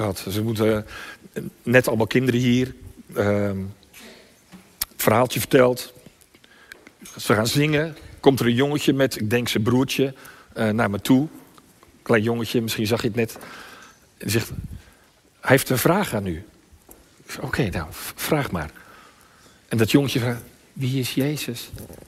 gehad. Ze moeten net allemaal kinderen hier. Het verhaaltje verteld. Ze gaan zingen. Komt er een jongetje met, ik denk zijn broertje, naar me toe. Klein jongetje, misschien zag je het net. En die zegt, hij heeft een vraag aan u. Oké, nou, vraag maar. En dat jongetje vraagt, wie is Jezus?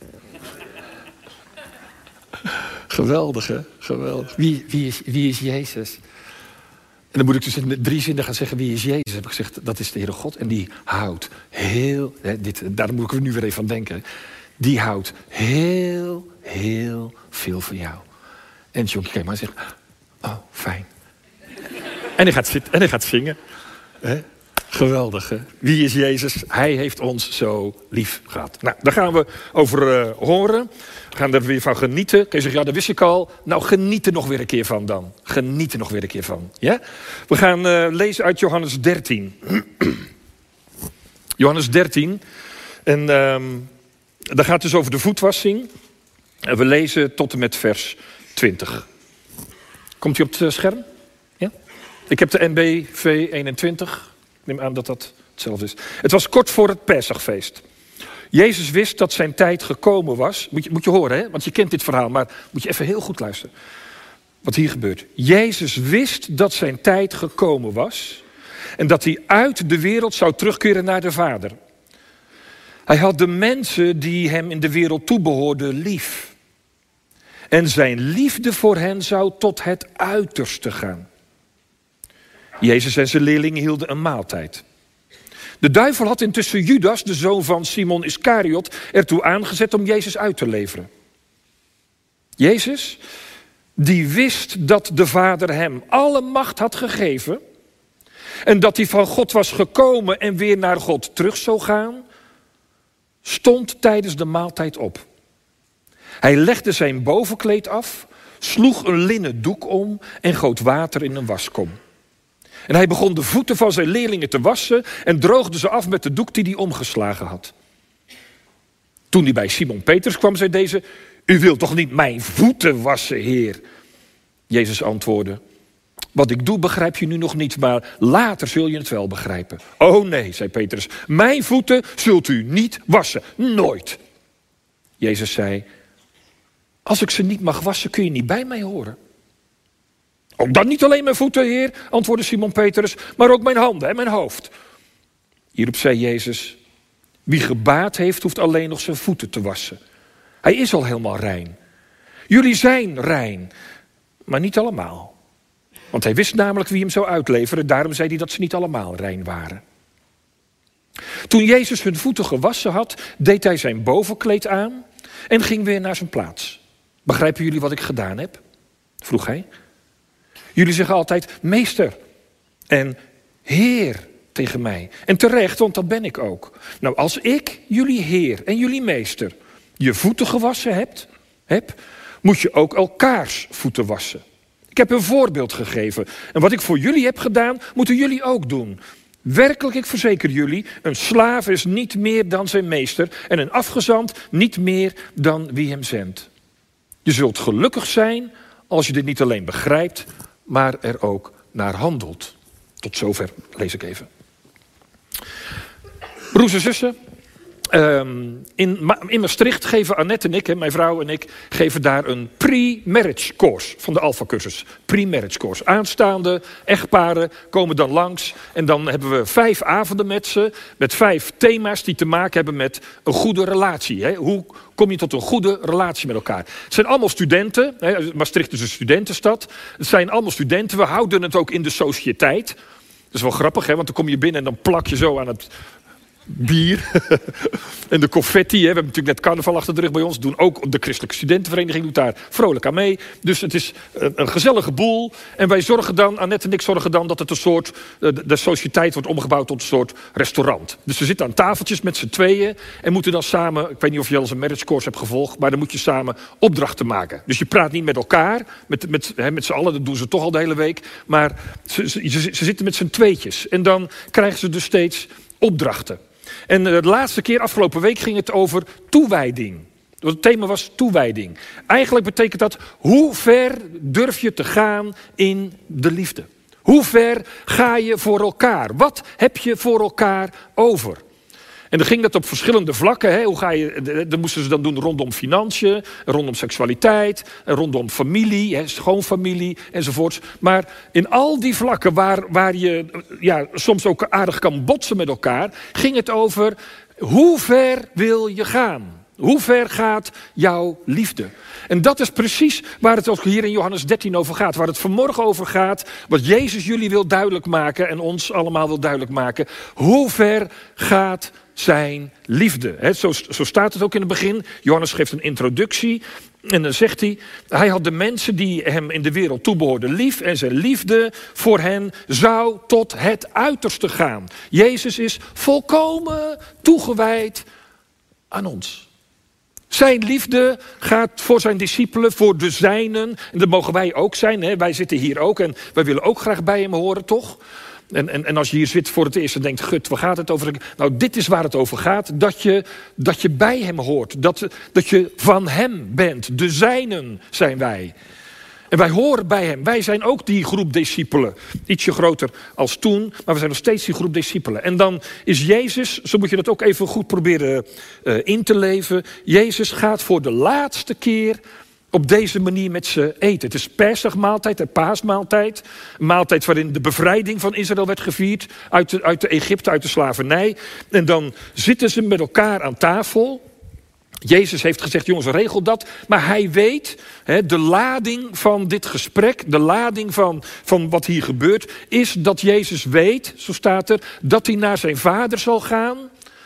Geweldig, hè? Geweldig. Wie is Jezus? En dan moet ik dus in 3 zinnen gaan zeggen, wie is Jezus? Heb ik gezegd, dat is de Heere God. En die houdt heel, daar moet ik er nu weer even aan denken. Die houdt heel veel van jou. En het jongetje kijkt maar en zegt, oh, fijn. En hij gaat zitten en hij gaat zingen. Hè? Geweldig, hè? Wie is Jezus? Hij heeft ons zo lief gehad. Nou, daar gaan we over horen. We gaan er weer van genieten. Kun je zeggen, ja, dat wist ik al. Nou, geniet er nog weer een keer van dan. Geniet er nog weer een keer van. Ja? We gaan lezen uit Johannes 13. Johannes 13. En daar gaat het dus over de voetwassing. En we lezen tot en met vers 20. Komt u op het scherm? Ja? Ik heb de NBV 21. Ik neem aan dat dat hetzelfde is. Het was kort voor het Pesachfeest. Jezus wist dat zijn tijd gekomen was. Moet je horen, hè? Want je kent dit verhaal, maar moet je even heel goed luisteren. Wat hier gebeurt. Jezus wist dat zijn tijd gekomen was. En dat hij uit de wereld zou terugkeren naar de Vader. Hij had de mensen die hem in de wereld toebehoorden lief. En zijn liefde voor hen zou tot het uiterste gaan. Jezus en zijn leerlingen hielden een maaltijd. De duivel had intussen Judas, de zoon van Simon Iskariot, ertoe aangezet om Jezus uit te leveren. Jezus, die wist dat de Vader hem alle macht had gegeven en dat hij van God was gekomen en weer naar God terug zou gaan, stond tijdens de maaltijd op. Hij legde zijn bovenkleed af, sloeg een linnen doek om en goot water in een waskom. En hij begon de voeten van zijn leerlingen te wassen en droogde ze af met de doek die hij omgeslagen had. Toen hij bij Simon Petrus kwam, zei deze, u wilt toch niet mijn voeten wassen, Heer? Jezus antwoordde, wat ik doe begrijp je nu nog niet, maar later zul je het wel begrijpen. Oh nee, zei Petrus, mijn voeten zult u niet wassen, nooit. Jezus zei, als ik ze niet mag wassen, kun je niet bij mij horen. Ook dan niet alleen mijn voeten, Heer, antwoordde Simon Petrus, maar ook mijn handen en mijn hoofd. Hierop zei Jezus, wie gebaat heeft, hoeft alleen nog zijn voeten te wassen. Hij is al helemaal rein. Jullie zijn rein, maar niet allemaal. Want hij wist namelijk wie hem zou uitleveren, daarom zei hij dat ze niet allemaal rein waren. Toen Jezus hun voeten gewassen had, deed hij zijn bovenkleed aan en ging weer naar zijn plaats. Begrijpen jullie wat ik gedaan heb? Vroeg hij. Jullie zeggen altijd meester en heer tegen mij. En terecht, want dat ben ik ook. Nou, als ik, jullie heer en jullie meester, je voeten gewassen heb, moet je ook elkaars voeten wassen. Ik heb een voorbeeld gegeven. En wat ik voor jullie heb gedaan, moeten jullie ook doen. Werkelijk, ik verzeker jullie, een slaaf is niet meer dan zijn meester en een afgezant niet meer dan wie hem zendt. Je zult gelukkig zijn als je dit niet alleen begrijpt, maar er ook naar handelt. Tot zover lees ik even. Broers en zussen, in Maastricht geven Annette en ik, mijn vrouw en ik, geven daar een pre-marriage course van de Alpha-cursus. Pre-marriage course. Aanstaande echtparen komen dan langs en dan hebben we 5 avonden met ze, met 5 thema's die te maken hebben met een goede relatie. Hè? Hoe kom je tot een goede relatie met elkaar? Het zijn allemaal studenten, hè? Maastricht is een studentenstad. Het zijn allemaal studenten, we houden het ook in de sociëteit. Dat is wel grappig, hè? Want dan kom je binnen en dan plak je zo aan het bier en de confetti. Hè. We hebben natuurlijk net carnaval achter de rug bij ons. Doen ook de Christelijke Studentenvereniging doet daar vrolijk aan mee. Dus het is een gezellige boel. En wij zorgen dan, Annette en ik zorgen dan dat het een soort, de sociëteit wordt omgebouwd tot een soort restaurant. Dus we zitten aan tafeltjes met z'n tweeën en moeten dan samen, ik weet niet of je al eens een marriage course hebt gevolgd, maar dan moet je samen opdrachten maken. Dus je praat niet met elkaar, met z'n allen, dat doen ze toch al de hele week. Maar ze zitten met z'n tweetjes. En dan krijgen ze dus steeds opdrachten. En de laatste keer, afgelopen week, ging het over toewijding. Het thema was toewijding. Eigenlijk betekent dat, hoe ver durf je te gaan in de liefde? Hoe ver ga je voor elkaar? Wat heb je voor elkaar over? En dan ging dat op verschillende vlakken. Hè. Dat moesten ze dan doen rondom financiën, rondom seksualiteit, rondom familie, hè, schoonfamilie enzovoorts. Maar in al die vlakken waar je soms ook aardig kan botsen met elkaar, ging het over hoe ver wil je gaan? Hoe ver gaat jouw liefde? En dat is precies waar het ook hier in Johannes 13 over gaat. Waar het vanmorgen over gaat. Wat Jezus jullie wil duidelijk maken en ons allemaal wil duidelijk maken. Hoe ver gaat zijn liefde? Zo staat het ook in het begin. Johannes geeft een introductie. En dan zegt hij had de mensen die hem in de wereld toebehoorden lief. En zijn liefde voor hen zou tot het uiterste gaan. Jezus is volkomen toegewijd aan ons. Zijn liefde gaat voor zijn discipelen, voor de zijnen. En dat mogen wij ook zijn. Hè? Wij zitten hier ook en wij willen ook graag bij hem horen, toch? En als je hier zit voor het eerst en denkt, gut, waar gaat het over? Nou, dit is waar het over gaat. Dat je bij hem hoort. Dat je van hem bent. De zijnen zijn wij. En wij horen bij hem. Wij zijn ook die groep discipelen. Ietsje groter als toen, maar we zijn nog steeds die groep discipelen. En dan is Jezus, zo moet je dat ook even goed proberen in te leven. Jezus gaat voor de laatste keer op deze manier met ze eten. Het is Pesachmaaltijd, de paasmaaltijd. Een maaltijd waarin de bevrijding van Israël werd gevierd. Uit de Egypte, uit de slavernij. En dan zitten ze met elkaar aan tafel. Jezus heeft gezegd, jongens, regel dat. Maar hij weet, de lading van dit gesprek, de lading van wat hier gebeurt, is dat Jezus weet, zo staat er, dat hij naar zijn vader zal gaan.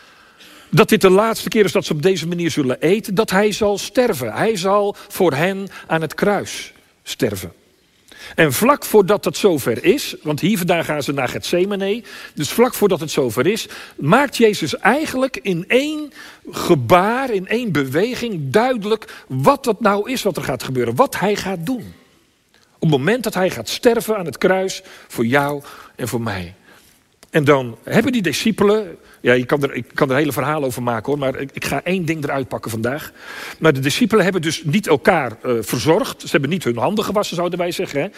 Dat dit de laatste keer is dat ze op deze manier zullen eten. Dat hij zal sterven. Hij zal voor hen aan het kruis sterven. En vlak voordat het zover is, want hier vandaan gaan ze naar Getsemane. Dus vlak voordat het zover is, maakt Jezus eigenlijk in één gebaar, in één beweging duidelijk wat dat nou is wat er gaat gebeuren. Wat hij gaat doen. Op het moment dat hij gaat sterven aan het kruis voor jou en voor mij. En dan hebben die discipelen, ja, ik kan er hele verhalen over maken hoor, maar ik ga één ding eruit pakken vandaag. Maar de discipelen hebben dus niet elkaar verzorgd. Ze hebben niet hun handen gewassen, zouden wij zeggen.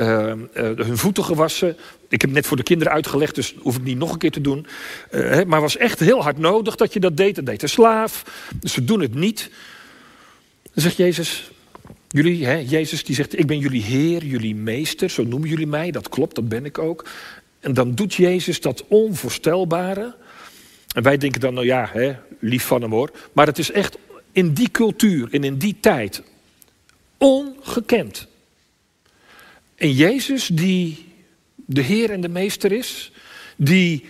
Hun voeten gewassen. Ik heb net voor de kinderen uitgelegd, dus hoef ik niet nog een keer te doen. Maar het was echt heel hard nodig dat je dat deed. Dat deed de slaaf. Dus ze doen het niet. Dan zegt Jezus, Jezus die zegt, ik ben jullie Heer, jullie meester. Zo noemen jullie mij, dat klopt, dat ben ik ook. En dan doet Jezus dat onvoorstelbare. En wij denken dan, nou ja, lief van hem hoor. Maar het is echt in die cultuur en in die tijd ongekend. En Jezus die de Heer en de Meester is. Die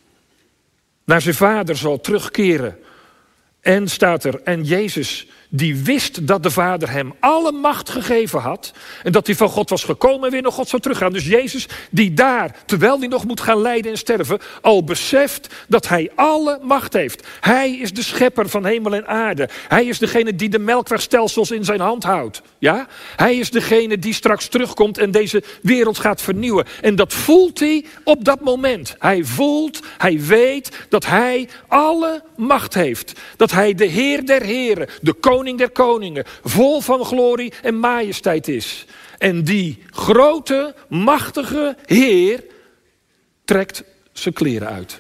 naar zijn vader zal terugkeren. En staat er, en Jezus die wist dat de Vader hem alle macht gegeven had. En dat hij van God was gekomen en weer naar God zou teruggaan. Dus Jezus die daar, terwijl hij nog moet gaan lijden en sterven, al beseft dat hij alle macht heeft. Hij is de schepper van hemel en aarde. Hij is degene die de melkwegstelsels in zijn hand houdt. Ja? Hij is degene die straks terugkomt en deze wereld gaat vernieuwen. En dat voelt hij op dat moment. Hij weet dat hij alle macht heeft. Dat hij de Heer der Heren, de Koning der koningen, vol van glorie en majesteit is. En die grote, machtige Heer trekt zijn kleren uit.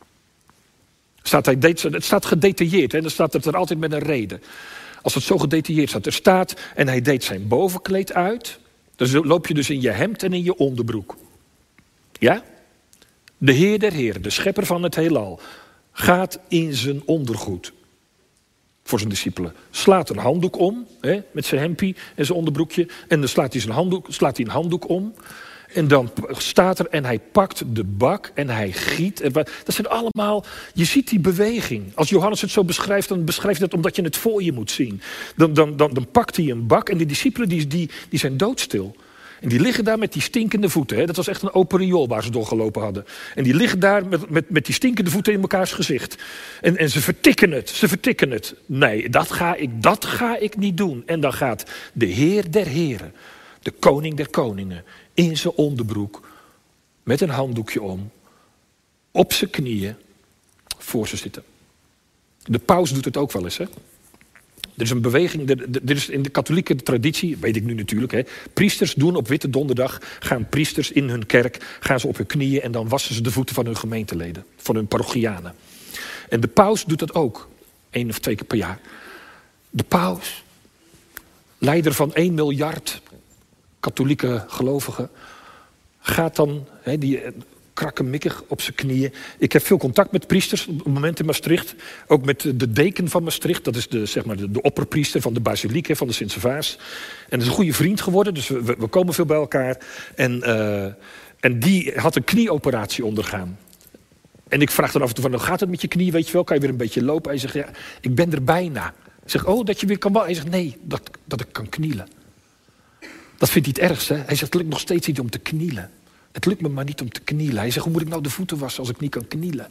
Het staat gedetailleerd, dan staat het er altijd met een reden. Als het zo gedetailleerd staat, er staat, en hij deed zijn bovenkleed uit. Dan loop je dus in je hemd en in je onderbroek. Ja? De Heer der Heren, de schepper van het heelal, gaat in zijn ondergoed. Voor zijn discipelen. Slaat een handdoek om. Met zijn hempie en zijn onderbroekje. En dan slaat hij een handdoek om. En dan staat er. En hij pakt de bak. En hij giet. Dat zijn allemaal. Je ziet die beweging. Als Johannes het zo beschrijft. Dan beschrijft hij het omdat je het voor je moet zien. Dan pakt hij een bak. En de discipelen die zijn doodstil. En die liggen daar met die stinkende voeten. Dat was echt een open riool waar ze doorgelopen hadden. En die liggen daar met die stinkende voeten in mekaars gezicht. En ze vertikken het. Nee, dat ga ik niet doen. En dan gaat de Heer der Heren, de Koning der koningen, in zijn onderbroek, met een handdoekje om, op zijn knieën, voor ze zitten. De paus doet het ook wel eens, hè. Er is een beweging, dit is in de katholieke traditie, weet ik nu natuurlijk. Hè, priesters doen op Witte Donderdag, gaan priesters in hun kerk, gaan ze op hun knieën en dan wassen ze de voeten van hun gemeenteleden, van hun parochianen. En de paus doet dat ook, 1 of 2 keer per jaar. De paus, leider van 1 miljard katholieke gelovigen, gaat dan, die krakkemikkig op zijn knieën. Ik heb veel contact met priesters op het moment in Maastricht. Ook met de deken van Maastricht. Dat is de opperpriester van de basiliek, van de Sint-Servaas. En dat is een goede vriend geworden, dus we komen veel bij elkaar. En die had een knieoperatie ondergaan. En ik vraag dan af en toe van, hoe gaat het met je knie, weet je wel? Kan je weer een beetje lopen? Hij zegt, ja, ik ben er bijna. Ik zeg, oh, dat je weer kan walken? Hij zegt, nee, dat ik kan knielen. Dat vindt hij het ergste. Hij zegt, het lukt nog steeds niet om te knielen. Het lukt me maar niet om te knielen. Hij zegt, hoe moet ik nou de voeten wassen als ik niet kan knielen?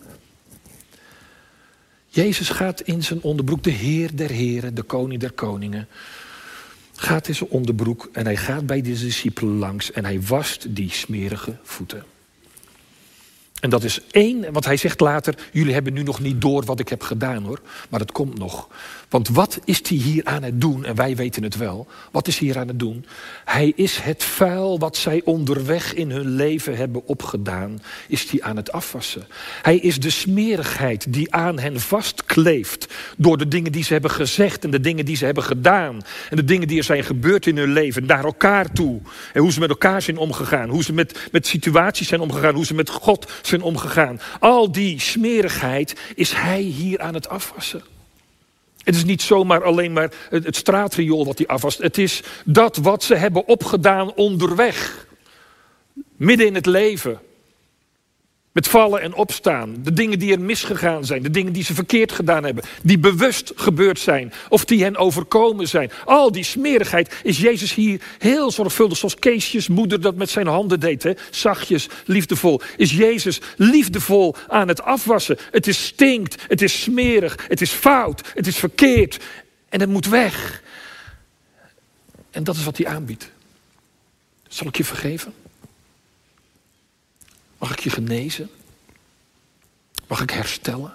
Jezus gaat in zijn onderbroek, de Heer der heren, de koning der koningen, gaat in zijn onderbroek en hij gaat bij de discipelen langs en hij wast die smerige voeten. En dat is één, want hij zegt later, jullie hebben nu nog niet door wat ik heb gedaan hoor, maar het komt nog. Want wat is hij hier aan het doen? En wij weten het wel. Wat is hij hier aan het doen? Hij is het vuil wat zij onderweg in hun leven hebben opgedaan, is hij aan het afwassen. Hij is de smerigheid die aan hen vastkleeft door de dingen die ze hebben gezegd en de dingen die ze hebben gedaan. En de dingen die er zijn gebeurd in hun leven, naar elkaar toe. En hoe ze met elkaar zijn omgegaan, hoe ze met situaties zijn omgegaan, hoe ze met God zijn omgegaan. Al die smerigheid is hij hier aan het afwassen. Het is niet zomaar alleen maar het straatriool wat hij afwast. Het is dat wat ze hebben opgedaan onderweg. Midden in het leven. Met vallen en opstaan. De dingen die er misgegaan zijn. De dingen die ze verkeerd gedaan hebben. Die bewust gebeurd zijn. Of die hen overkomen zijn. Al die smerigheid is Jezus hier heel zorgvuldig. Zoals Keesjes moeder dat met zijn handen deed. Hè? Zachtjes, liefdevol. Is Jezus liefdevol aan het afwassen. Het is stinkt. Het is smerig. Het is fout. Het is verkeerd. En het moet weg. En dat is wat hij aanbiedt. Zal ik je vergeven? Mag ik je genezen? Mag ik herstellen?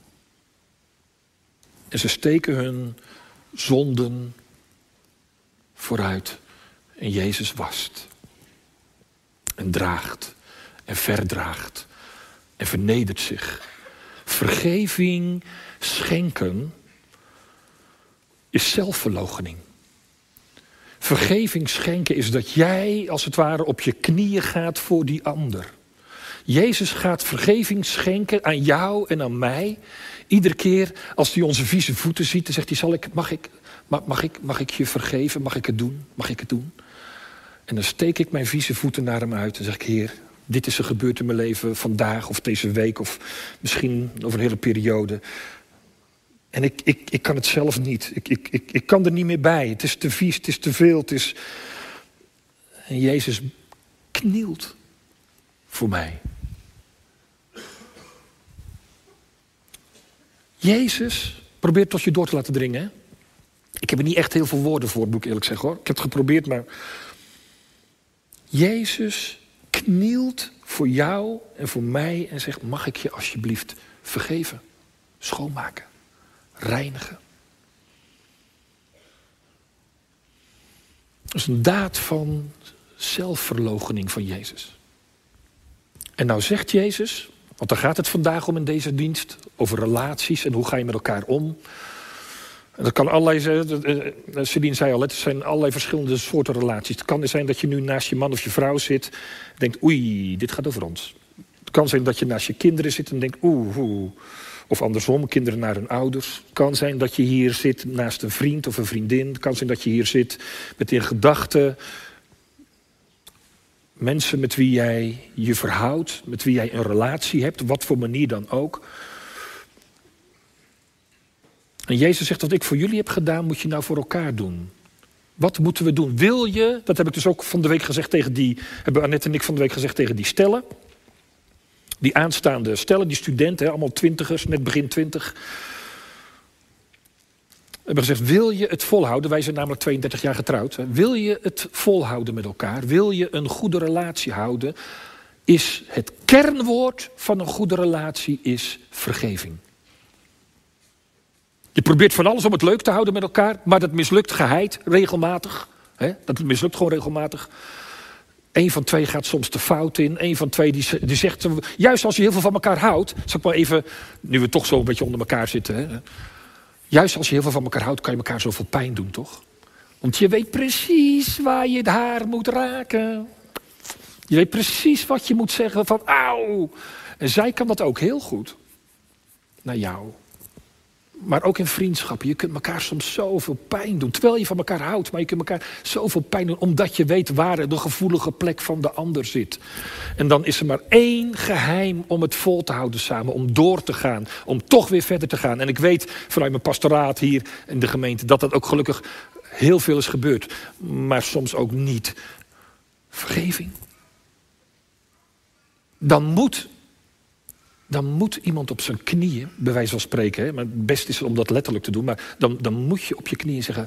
En ze steken hun zonden vooruit. En Jezus wast. En draagt. En verdraagt. En vernedert zich. Vergeving schenken is zelfverloochening. Vergeving schenken is dat jij als het ware op je knieën gaat voor die ander. Jezus gaat vergeving schenken aan jou en aan mij. Iedere keer als hij onze vieze voeten ziet, dan zegt hij, mag ik je vergeven? Mag ik het doen? Mag ik het doen? En dan steek ik mijn vieze voeten naar hem uit en zeg ik, Heer, dit is er gebeurd in mijn leven vandaag of deze week of misschien over een hele periode. En ik kan het zelf niet. Ik kan er niet meer bij. Het is te vies, het is te veel. En Jezus knielt voor mij. Jezus probeert tot je door te laten dringen. Hè? Ik heb er niet echt heel veel woorden voor, moet ik eerlijk zeggen hoor. Ik heb het geprobeerd, maar Jezus knielt voor jou en voor mij en zegt, mag ik je alsjeblieft vergeven, schoonmaken, reinigen. Dat is een daad van zelfverloochening van Jezus. En nou zegt Jezus, want daar gaat het vandaag om in deze dienst, over relaties en hoe ga je met elkaar om. En dat kan allerlei zijn, Celine zei al, het zijn allerlei verschillende soorten relaties. Het kan zijn dat je nu naast je man of je vrouw zit en denkt, oei, dit gaat over ons. Het kan zijn dat je naast je kinderen zit en denkt, oeh. Of andersom, kinderen naar hun ouders. Het kan zijn dat je hier zit naast een vriend of een vriendin. Het kan zijn dat je hier zit met in gedachten mensen met wie jij je verhoudt, met wie jij een relatie hebt, op wat voor manier dan ook. En Jezus zegt, wat ik voor jullie heb gedaan, moet je nou voor elkaar doen. Wat moeten we doen? Wil je, dat heb ik dus ook van de week gezegd hebben Annette en ik van de week gezegd tegen die stellen. Die aanstaande stellen, die studenten, allemaal 20ers, net begin 20. We hebben gezegd, wil je het volhouden? Wij zijn namelijk 32 jaar getrouwd. Wil je het volhouden met elkaar? Wil je een goede relatie houden? Is het kernwoord van een goede relatie is vergeving. Je probeert van alles om het leuk te houden met elkaar, maar dat mislukt geheid regelmatig. Dat mislukt gewoon regelmatig. Eén van twee gaat soms de fout in. Eén van twee die zegt, juist als je heel veel van elkaar houdt, zal ik maar even, nu we toch zo een beetje onder elkaar zitten. Juist als je heel veel van elkaar houdt, kan je elkaar zoveel pijn doen, toch? Want je weet precies waar je het haar moet raken. Je weet precies wat je moet zeggen van auw. En zij kan dat ook heel goed. Naar jou. Maar ook in vriendschappen. Je kunt elkaar soms zoveel pijn doen. Terwijl je van elkaar houdt. Maar je kunt elkaar zoveel pijn doen. Omdat je weet waar de gevoelige plek van de ander zit. En dan is er maar één geheim om het vol te houden samen. Om door te gaan. Om toch weer verder te gaan. En ik weet vanuit mijn pastoraat hier in de gemeente. Dat ook gelukkig heel veel is gebeurd. Maar soms ook niet. Vergeving. Dan moet iemand op zijn knieën, bij wijze van spreken. Hè, maar het beste is om dat letterlijk te doen. Maar dan moet je op je knieën zeggen.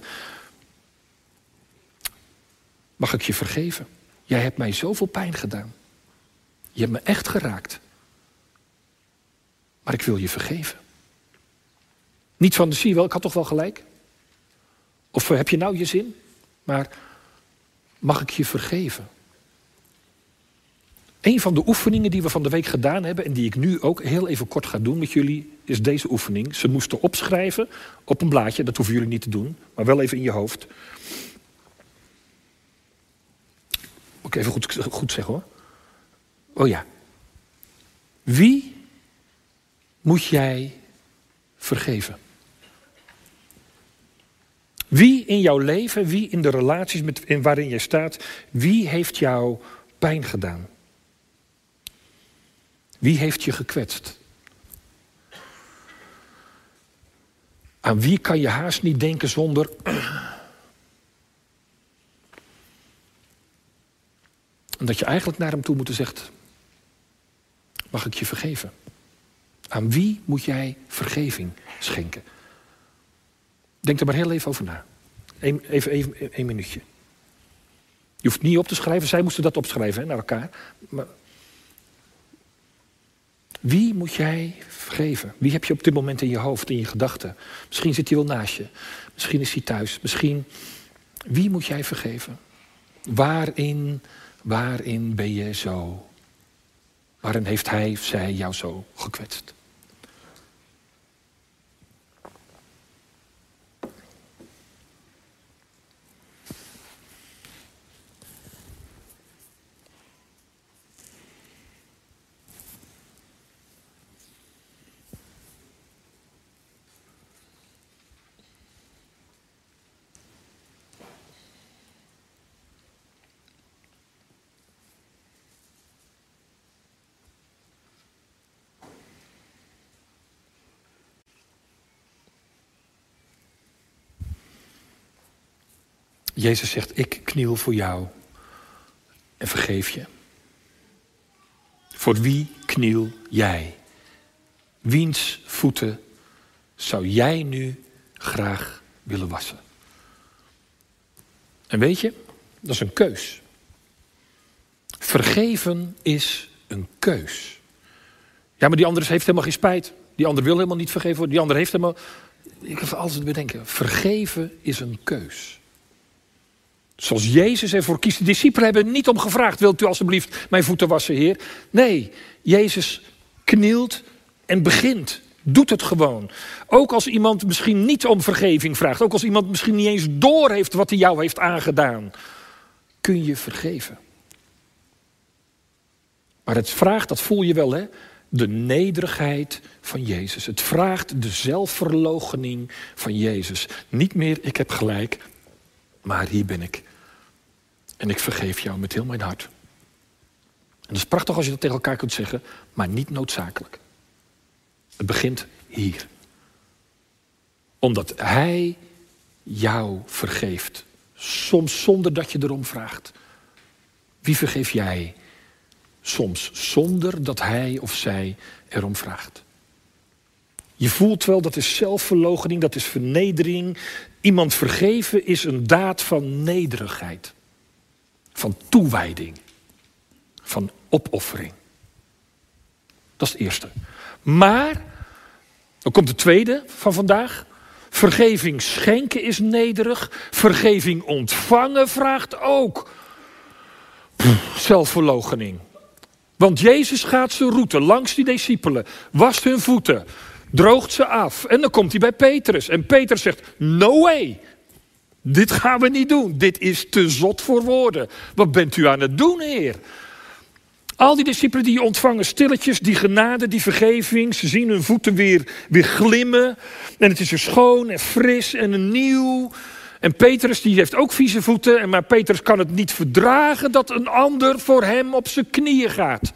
Mag ik je vergeven? Jij hebt mij zoveel pijn gedaan. Je hebt me echt geraakt. Maar ik wil je vergeven. Niet van, zie je wel, ik had toch wel gelijk? Of heb je nou je zin? Maar mag ik je vergeven? Een van de oefeningen die we van de week gedaan hebben en die ik nu ook heel even kort ga doen met jullie, is deze oefening. Ze moesten opschrijven op een blaadje, dat hoeven jullie niet te doen, maar wel even in je hoofd. Moet ik even goed zeggen hoor. Oh ja. Wie moet jij vergeven? Wie in jouw leven, wie in de relaties waarin jij staat, wie heeft jou pijn gedaan? Wie heeft je gekwetst? Aan wie kan je haast niet denken zonder... En dat je eigenlijk naar hem toe moet zegt... Mag ik je vergeven? Aan wie moet jij vergeving schenken? Denk er maar heel even over na. Even één minuutje. Je hoeft niet op te schrijven. Zij moesten dat opschrijven naar elkaar. Maar... Wie moet jij vergeven? Wie heb je op dit moment in je hoofd, in je gedachten? Misschien zit hij wel naast je. Misschien is hij thuis. Misschien... Wie moet jij vergeven? Waarin ben je zo? Waarin heeft hij of zij jou zo gekwetst? Jezus zegt, ik kniel voor jou en vergeef je. Voor wie kniel jij? Wiens voeten zou jij nu graag willen wassen? En weet je, dat is een keus. Vergeven is een keus. Ja, maar die ander heeft helemaal geen spijt. Die ander wil helemaal niet vergeven worden. Die ander heeft helemaal... Ik heb altijd bedenken, vergeven is een keus. Zoals Jezus ervoor kiest. De discipelen hebben niet om gevraagd, wilt u alstublieft mijn voeten wassen, Heer? Nee, Jezus knielt en begint. Doet het gewoon. Ook als iemand misschien niet om vergeving vraagt. Ook als iemand misschien niet eens door heeft wat hij jou heeft aangedaan. Kun je vergeven. Maar het vraagt, dat voel je wel hè, de nederigheid van Jezus. Het vraagt de zelfverloochening van Jezus. Niet meer, ik heb gelijk, maar hier ben ik. En ik vergeef jou met heel mijn hart. En dat is prachtig als je dat tegen elkaar kunt zeggen, maar niet noodzakelijk. Het begint hier. Omdat hij jou vergeeft. Soms zonder dat je erom vraagt. Wie vergeef jij? Soms zonder dat hij of zij erom vraagt. Je voelt wel, dat is zelfverloochening, dat is vernedering. Iemand vergeven is een daad van nederigheid. Van toewijding. Van opoffering. Dat is het eerste. Maar, dan komt de tweede van vandaag. Vergeving schenken is nederig. Vergeving ontvangen vraagt ook zelfverloochening. Want Jezus gaat zijn route langs die discipelen, wast hun voeten, droogt ze af. En dan komt hij bij Petrus. En Petrus zegt, no way. Dit gaan we niet doen. Dit is te zot voor woorden. Wat bent u aan het doen, Heer? Al die discipelen die ontvangen stilletjes die genade, die vergeving. Ze zien hun voeten weer glimmen. En het is weer schoon en fris en nieuw. En Petrus die heeft ook vieze voeten. Maar Petrus kan het niet verdragen dat een ander voor hem op zijn knieën gaat.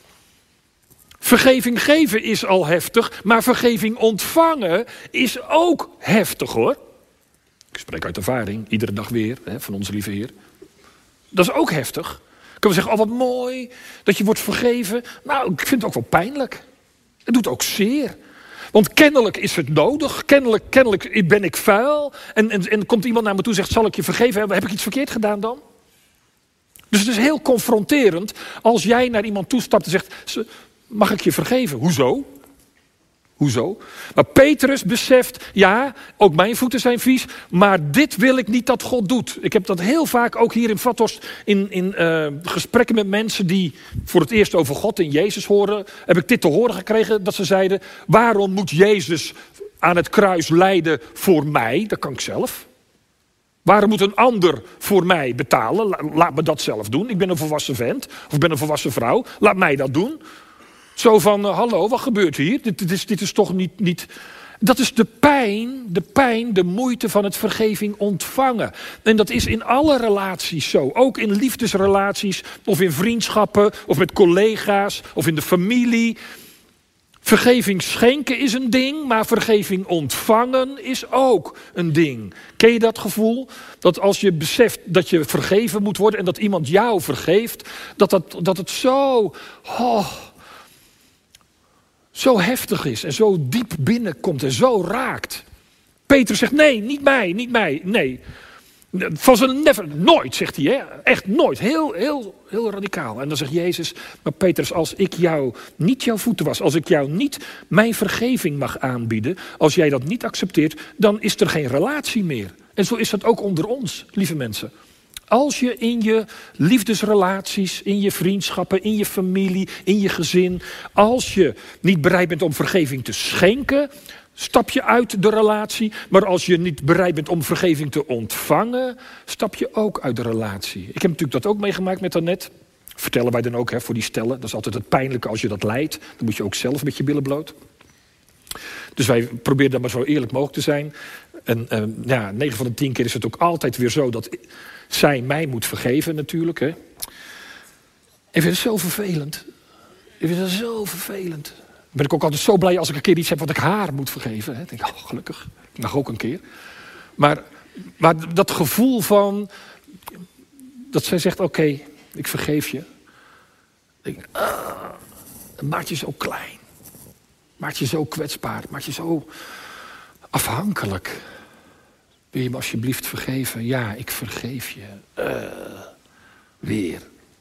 Vergeving geven is al heftig. Maar vergeving ontvangen is ook heftig, hoor. Ik spreek uit ervaring, iedere dag weer, van onze lieve Heer. Dat is ook heftig. Kunnen we zeggen, oh wat mooi, dat je wordt vergeven. Nou, ik vind het ook wel pijnlijk. Het doet ook zeer. Want kennelijk is het nodig. Kennelijk ben ik vuil. En komt iemand naar me toe en zegt, zal ik je vergeven? Heb ik iets verkeerd gedaan dan? Dus het is heel confronterend als jij naar iemand toestapt en zegt, mag ik je vergeven? Hoezo? Maar Petrus beseft, ja, ook mijn voeten zijn vies, maar dit wil ik niet dat God doet. Ik heb dat heel vaak ook hier in Vathorst in gesprekken met mensen die voor het eerst over God en Jezus horen, heb ik dit te horen gekregen dat ze zeiden, waarom moet Jezus aan het kruis lijden voor mij? Dat kan ik zelf. Waarom moet een ander voor mij betalen? Laat me dat zelf doen. Ik ben een volwassen vent of ik ben een volwassen vrouw. Laat mij dat doen. Zo van, hallo, wat gebeurt hier? Dit is toch niet... Dat is de pijn, de moeite van het vergeving ontvangen. En dat is in alle relaties zo. Ook in liefdesrelaties, of in vriendschappen, of met collega's, of in de familie. Vergeving schenken is een ding, maar vergeving ontvangen is ook een ding. Ken je dat gevoel? Dat als je beseft dat je vergeven moet worden en dat iemand jou vergeeft, dat het zo... zo heftig is en zo diep binnenkomt en zo raakt. Petrus zegt, nee, niet mij, nee. Van zijn never, nooit, zegt hij, hè? Echt nooit, heel radicaal. En dan zegt Jezus, maar Petrus, als ik jou niet jouw voeten was, als ik jou niet mijn vergeving mag aanbieden, als jij dat niet accepteert, dan is er geen relatie meer. En zo is dat ook onder ons, lieve mensen. Als je in je liefdesrelaties, in je vriendschappen, in je familie, in je gezin, als je niet bereid bent om vergeving te schenken, stap je uit de relatie. Maar als je niet bereid bent om vergeving te ontvangen, stap je ook uit de relatie. Ik heb natuurlijk dat ook meegemaakt met Annette. Vertellen wij dan ook, voor die stellen. Dat is altijd het pijnlijke als je dat lijdt. Dan moet je ook zelf met je billen bloot. Dus wij proberen dan maar zo eerlijk mogelijk te zijn. En 9 van de 10 keer is het ook altijd weer zo dat zij mij moet vergeven natuurlijk. Hè. Ik vind het zo vervelend. Dan ben ik ook altijd zo blij als ik een keer iets heb wat ik haar moet vergeven. Hè. Ik denk, gelukkig, ik mag ook een keer. Maar dat gevoel van, dat zij zegt, oké, ik vergeef je. Ik denk, het maakt je zo klein. Maakt je zo kwetsbaar. Maakt je zo afhankelijk. Wil je me alsjeblieft vergeven? Ja, ik vergeef je. Weer.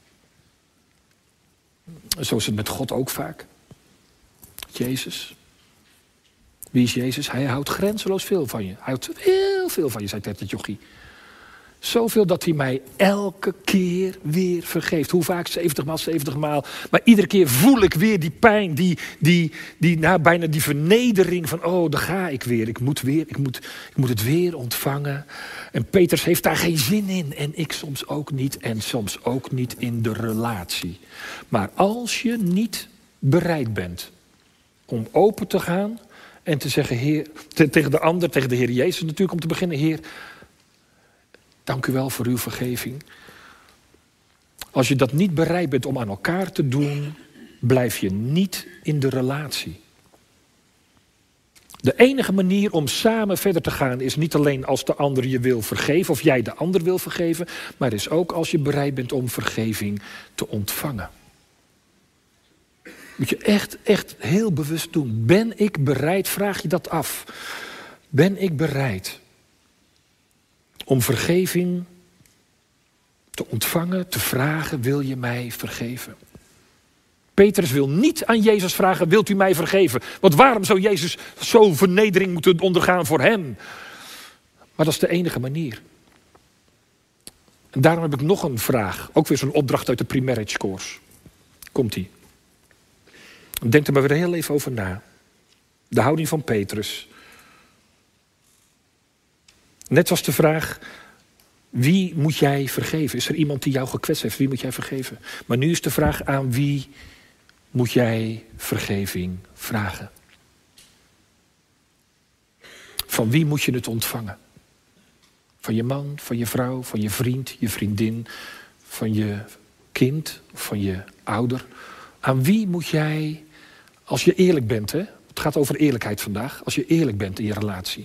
Zo is het met God ook vaak. Jezus. Wie is Jezus? Hij houdt grenzeloos veel van je. Hij houdt heel veel van je, zei Tette Jochie. Zoveel dat hij mij elke keer weer vergeeft. Hoe vaak? 70 maal, 70 maal. Maar iedere keer voel ik weer die pijn, bijna die vernedering van, daar ga ik weer. Ik moet het weer ontvangen. En Petrus heeft daar geen zin in. En ik soms ook niet. En soms ook niet in de relatie. Maar als je niet bereid bent om open te gaan en te zeggen, Heer, tegen de ander, tegen de Heer Jezus natuurlijk om te beginnen, Heer, dank u wel voor uw vergeving. Als je dat niet bereid bent om aan elkaar te doen, blijf je niet in de relatie. De enige manier om samen verder te gaan is niet alleen als de ander je wil vergeven of jij de ander wil vergeven, maar is ook als je bereid bent om vergeving te ontvangen. Moet je echt heel bewust doen. Ben ik bereid, vraag je dat af. Ben ik bereid om vergeving te ontvangen, te vragen, wil je mij vergeven? Petrus wil niet aan Jezus vragen, wilt u mij vergeven? Want waarom zou Jezus zo'n vernedering moeten ondergaan voor hem? Maar dat is de enige manier. En daarom heb ik nog een vraag. Ook weer zo'n opdracht uit de Pre-Marriage Course. Komt-ie. Denk er maar weer heel even over na. De houding van Petrus. Net was de vraag, wie moet jij vergeven? Is er iemand die jou gekwetst heeft? Wie moet jij vergeven? Maar nu is de vraag, aan wie moet jij vergeving vragen? Van wie moet je het ontvangen? Van je man, van je vrouw, van je vriend, je vriendin, van je kind, van je ouder. Aan wie moet jij, als je eerlijk bent, hè? Het gaat over eerlijkheid vandaag, als je eerlijk bent in je relatie.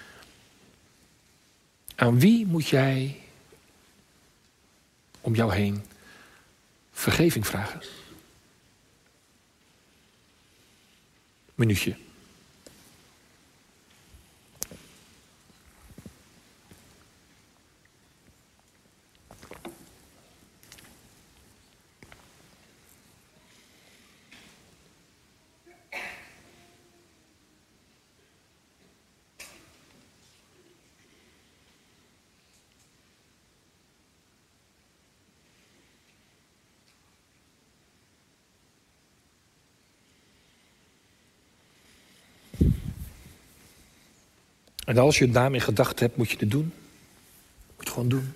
Aan wie moet jij om jou heen vergeving vragen? Minuutje. En als je het daarmee gedacht hebt, moet je het doen. Moet je het gewoon doen.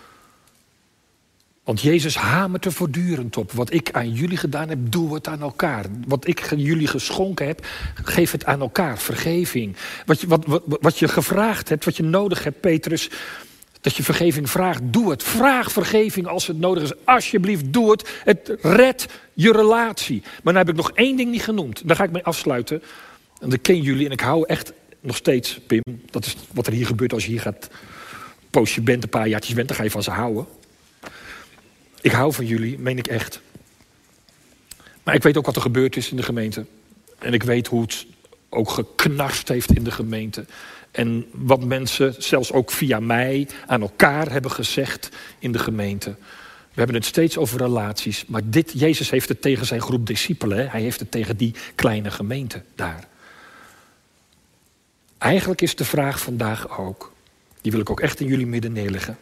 Want Jezus hamert er voortdurend op. Wat ik aan jullie gedaan heb, doe het aan elkaar. Wat ik jullie geschonken heb, geef het aan elkaar. Vergeving. Wat je gevraagd hebt, wat je nodig hebt, Petrus. Dat je vergeving vraagt, doe het. Vraag vergeving als het nodig is. Alsjeblieft, doe het. Het redt je relatie. Maar dan heb ik nog één ding niet genoemd. Daar ga ik mee afsluiten. En dat ken jullie en ik hou echt nog steeds, Pim. Dat is wat er hier gebeurt als je hier gaat. Poosje bent, een paar jaartjes bent, dan ga je van ze houden. Ik hou van jullie, meen ik echt. Maar ik weet ook wat er gebeurd is in de gemeente. En ik weet hoe het ook geknarst heeft in de gemeente. En wat mensen, zelfs ook via mij, aan elkaar hebben gezegd in de gemeente. We hebben het steeds over relaties. Maar Jezus heeft het tegen zijn groep discipelen. Hè? Hij heeft het tegen die kleine gemeente daar. Eigenlijk is de vraag vandaag ook, die wil ik ook echt in jullie midden neerleggen.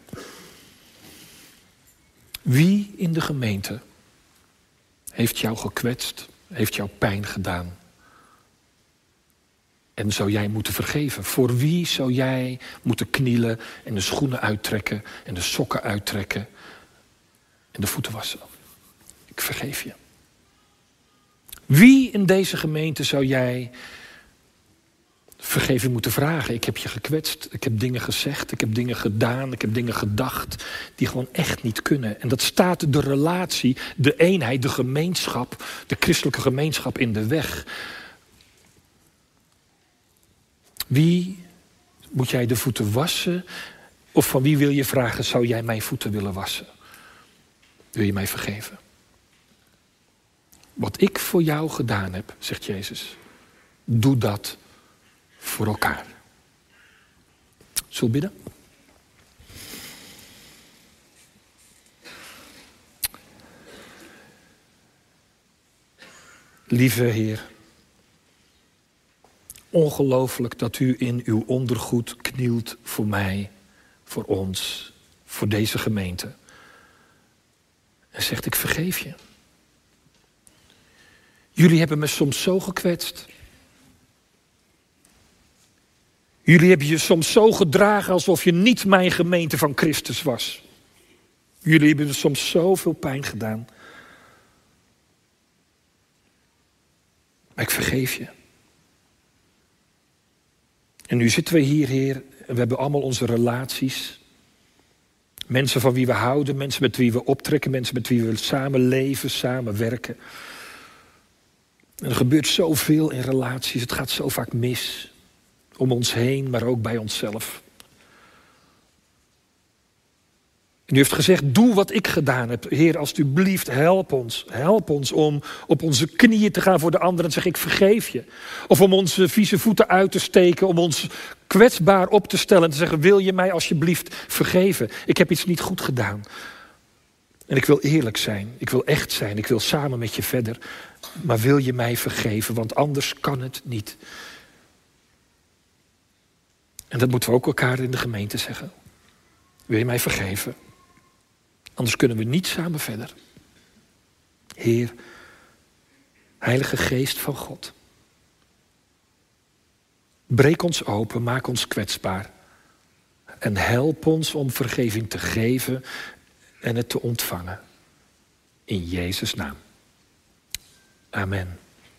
Wie in de gemeente heeft jou gekwetst, heeft jou pijn gedaan? En zou jij moeten vergeven? Voor wie zou jij moeten knielen en de schoenen uittrekken en de sokken uittrekken en de voeten wassen? Ik vergeef je. Wie in deze gemeente zou jij vergeving moeten vragen? Ik heb je gekwetst, ik heb dingen gezegd, ik heb dingen gedaan, ik heb dingen gedacht die gewoon echt niet kunnen. En dat staat de relatie, de eenheid, de gemeenschap, de christelijke gemeenschap in de weg. Wie moet jij de voeten wassen? Of van wie wil je vragen, zou jij mijn voeten willen wassen? Wil je mij vergeven? Wat ik voor jou gedaan heb, zegt Jezus, doe dat voor elkaar. Zullen we bidden? Lieve Heer, ongelooflijk dat u in uw ondergoed knielt voor mij, voor ons, voor deze gemeente. En zegt, ik vergeef je. Jullie hebben me soms zo gekwetst. Jullie hebben je soms zo gedragen alsof je niet mijn gemeente van Christus was. Jullie hebben me soms zoveel pijn gedaan. Maar ik vergeef je. En nu zitten we hier, Heer, en we hebben allemaal onze relaties. Mensen van wie we houden, mensen met wie we optrekken, mensen met wie we samen leven, samen werken. En er gebeurt zoveel in relaties, het gaat zo vaak mis. Om ons heen, maar ook bij onszelf. En u heeft gezegd, doe wat ik gedaan heb. Heer, alstublieft, help ons. Help ons om op onze knieën te gaan voor de anderen en zeggen, ik vergeef je. Of om onze vieze voeten uit te steken, om ons kwetsbaar op te stellen en te zeggen, wil je mij alsjeblieft vergeven? Ik heb iets niet goed gedaan. En ik wil eerlijk zijn, ik wil echt zijn, ik wil samen met je verder. Maar wil je mij vergeven, want anders kan het niet. En dat moeten we ook elkaar in de gemeente zeggen. Wil je mij vergeven? Anders kunnen we niet samen verder. Heer, Heilige Geest van God. Breek ons open, maak ons kwetsbaar. En help ons om vergeving te geven en het te ontvangen. In Jezus' naam. Amen.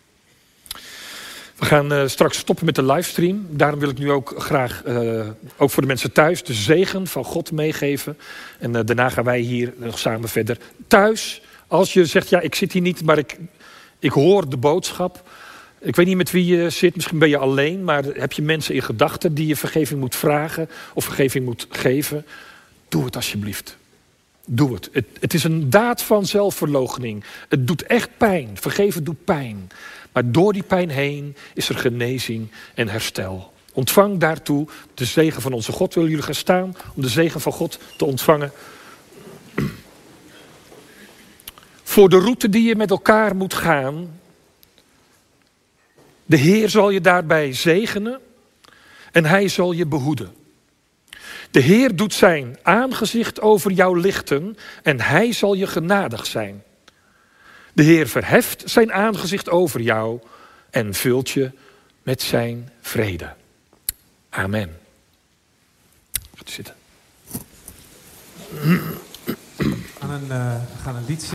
We gaan straks stoppen met de livestream. Daarom wil ik nu ook graag, ook voor de mensen thuis, de zegen van God meegeven. En daarna gaan wij hier nog samen verder. Thuis, als je zegt, ja, ik zit hier niet, maar ik hoor de boodschap. Ik weet niet met wie je zit, misschien ben je alleen, maar heb je mensen in gedachten die je vergeving moet vragen of vergeving moet geven? Doe het alsjeblieft. Doe het. Het is een daad van zelfverloochening. Het doet echt pijn. Vergeven doet pijn. Maar door die pijn heen is er genezing en herstel. Ontvang daartoe de zegen van onze God. Willen jullie gaan staan om de zegen van God te ontvangen? Voor de route die je met elkaar moet gaan. De Heer zal je daarbij zegenen en Hij zal je behoeden. De Heer doet zijn aangezicht over jou lichten en Hij zal je genadig zijn. De Heer verheft zijn aangezicht over jou en vult je met zijn vrede. Amen. Gaat u zitten. We gaan een lied zingen.